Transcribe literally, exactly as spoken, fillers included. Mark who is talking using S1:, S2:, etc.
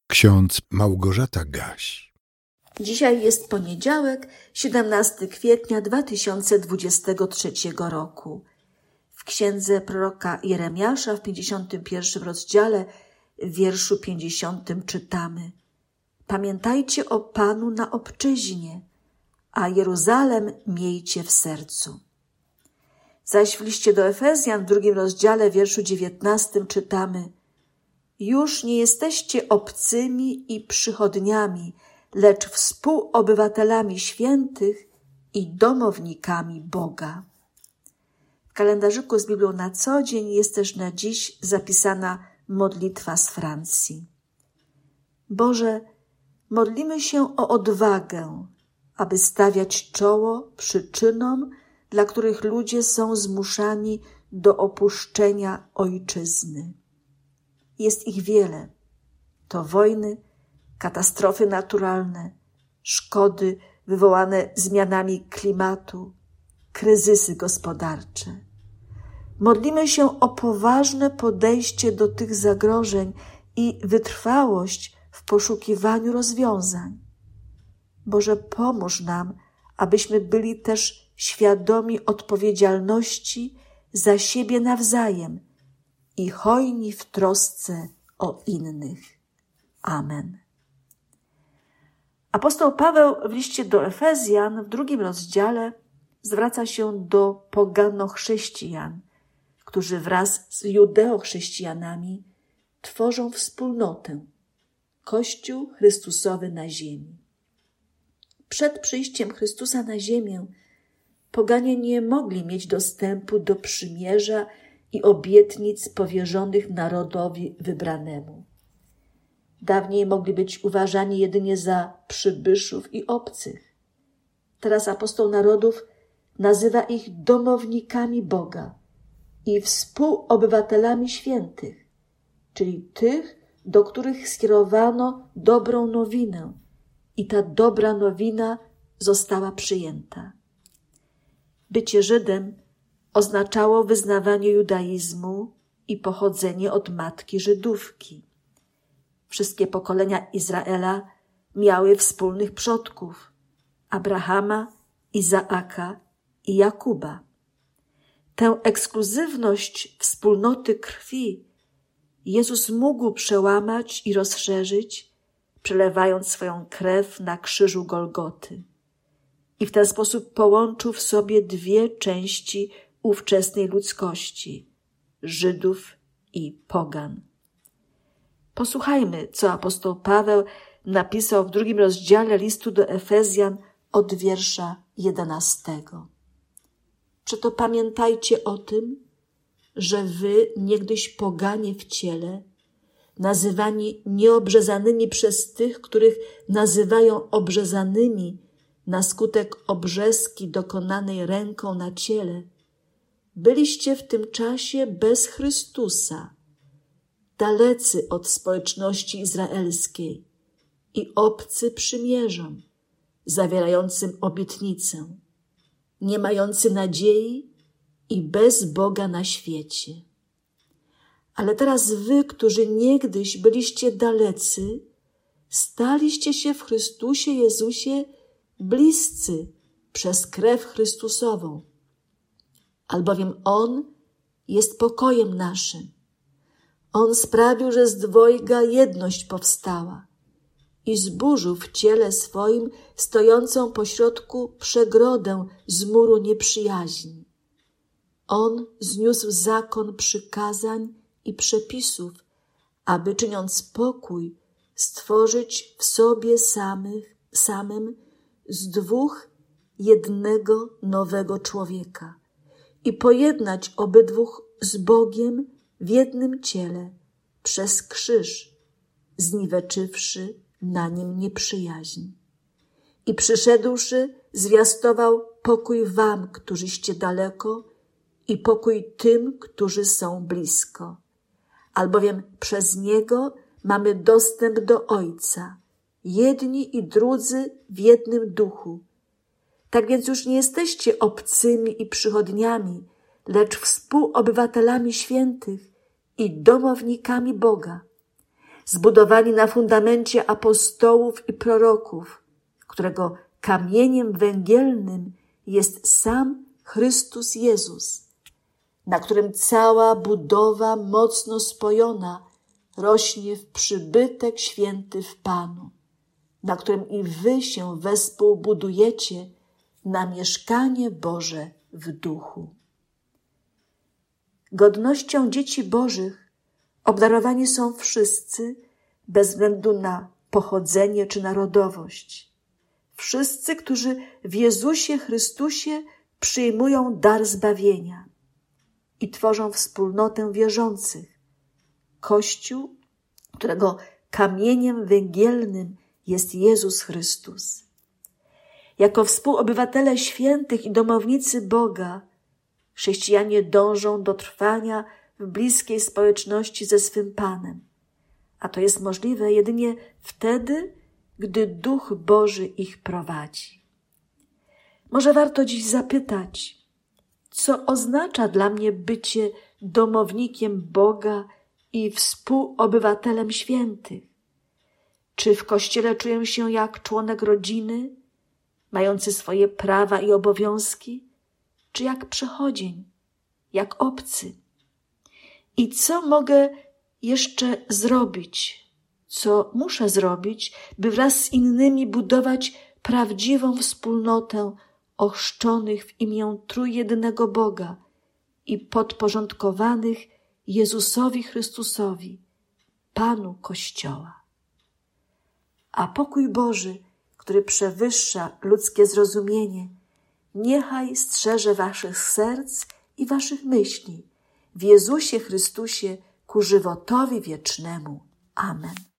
S1: Ksiądz Małgorzata Gaś.
S2: Dzisiaj jest poniedziałek, siedemnastego kwietnia dwa tysiące dwudziestego trzeciego roku. W księdze proroka Jeremiasza w pięćdziesiątym pierwszym rozdziale, w wierszu pięćdziesiątym czytamy: Pamiętajcie o Panu na obczyźnie, a Jeruzalem miejcie w sercu. Zaś w liście do Efezjan w drugim rozdziale, w wierszu dziewiętnastym czytamy: Już nie jesteście obcymi i przychodniami, lecz współobywatelami świętych i domownikami Boga. W kalendarzyku z Biblią na co dzień jest też na dziś zapisana modlitwa z Francji. Boże, modlimy się o odwagę, aby stawiać czoło przyczynom, dla których ludzie są zmuszani do opuszczenia ojczyzny. Jest ich wiele. To wojny, katastrofy naturalne, szkody wywołane zmianami klimatu, kryzysy gospodarcze. Modlimy się o poważne podejście do tych zagrożeń i wytrwałość w poszukiwaniu rozwiązań. Boże, pomóż nam, abyśmy byli też świadomi odpowiedzialności za siebie nawzajem i hojni w trosce o innych. Amen. Apostoł Paweł w liście do Efezjan w drugim rozdziale zwraca się do pogano-chrześcijan, którzy wraz z judeo-chrześcijanami tworzą wspólnotę, Kościół Chrystusowy na ziemi. Przed przyjściem Chrystusa na ziemię poganie nie mogli mieć dostępu do przymierza i obietnic powierzonych narodowi wybranemu. Dawniej mogli być uważani jedynie za przybyszów i obcych. Teraz apostoł narodów nazywa ich domownikami Boga i współobywatelami świętych, czyli tych, do których skierowano dobrą nowinę i ta dobra nowina została przyjęta. Bycie Żydem oznaczało wyznawanie judaizmu i pochodzenie od matki Żydówki. Wszystkie pokolenia Izraela miały wspólnych przodków: Abrahama, Izaaka i Jakuba. Tę ekskluzywność wspólnoty krwi Jezus mógł przełamać i rozszerzyć, przelewając swoją krew na krzyżu Golgoty. I w ten sposób połączył w sobie dwie części ówczesnej ludzkości – Żydów i pogan. Posłuchajmy, co apostoł Paweł napisał w drugim rozdziale listu do Efezjan od wiersza jedenastego. Przeto pamiętajcie o tym, że wy, niegdyś poganie w ciele, nazywani nieobrzezanymi przez tych, których nazywają obrzezanymi na skutek obrzezki dokonanej ręką na ciele, byliście w tym czasie bez Chrystusa, dalecy od społeczności izraelskiej i obcy przymierzom, zawierającym obietnicę, nie mający nadziei i bez Boga na świecie. Ale teraz wy, którzy niegdyś byliście dalecy, staliście się w Chrystusie Jezusie bliscy przez krew Chrystusową, albowiem On jest pokojem naszym. On sprawił, że z dwojga jedność powstała i zburzył w ciele swoim stojącą pośrodku przegrodę z muru nieprzyjaźni. On zniósł zakon przykazań i przepisów, aby czyniąc pokój, stworzyć w sobie samych, samym z dwóch jednego nowego człowieka i pojednać obydwóch z Bogiem w jednym ciele przez krzyż, zniweczywszy na nim nieprzyjaźń. I przyszedłszy, zwiastował pokój wam, którzyście daleko, i pokój tym, którzy są blisko. Albowiem przez Niego mamy dostęp do Ojca, jedni i drudzy w jednym duchu. Tak więc już nie jesteście obcymi i przychodniami, lecz współobywatelami świętych i domownikami Boga. zbudowani na fundamencie apostołów i proroków, którego kamieniem węgielnym jest sam Chrystus Jezus, na którym cała budowa mocno spojona rośnie w przybytek święty w Panu, na którym i wy się wespół budujecie na mieszkanie Boże w duchu. Godnością dzieci Bożych obdarowani są wszyscy, bez względu na pochodzenie czy narodowość. Wszyscy, którzy w Jezusie Chrystusie przyjmują dar zbawienia i tworzą wspólnotę wierzących, Kościół, którego kamieniem węgielnym jest Jezus Chrystus. Jako współobywatele świętych i domownicy Boga, chrześcijanie dążą do trwania w bliskiej społeczności ze swym Panem, a to jest możliwe jedynie wtedy, gdy Duch Boży ich prowadzi. Może warto dziś zapytać, co oznacza dla mnie bycie domownikiem Boga i współobywatelem świętych? Czy w Kościele czuję się jak członek rodziny, mający swoje prawa i obowiązki, czy jak przechodzień, jak obcy? I co mogę jeszcze zrobić, co muszę zrobić, by wraz z innymi budować prawdziwą wspólnotę ochrzczonych w imię trójjedynego Boga i podporządkowanych Jezusowi Chrystusowi, Panu Kościoła. A pokój Boży, który przewyższa ludzkie zrozumienie, niechaj strzeże waszych serc i waszych myśli w Jezusie Chrystusie ku żywotowi wiecznemu. Amen.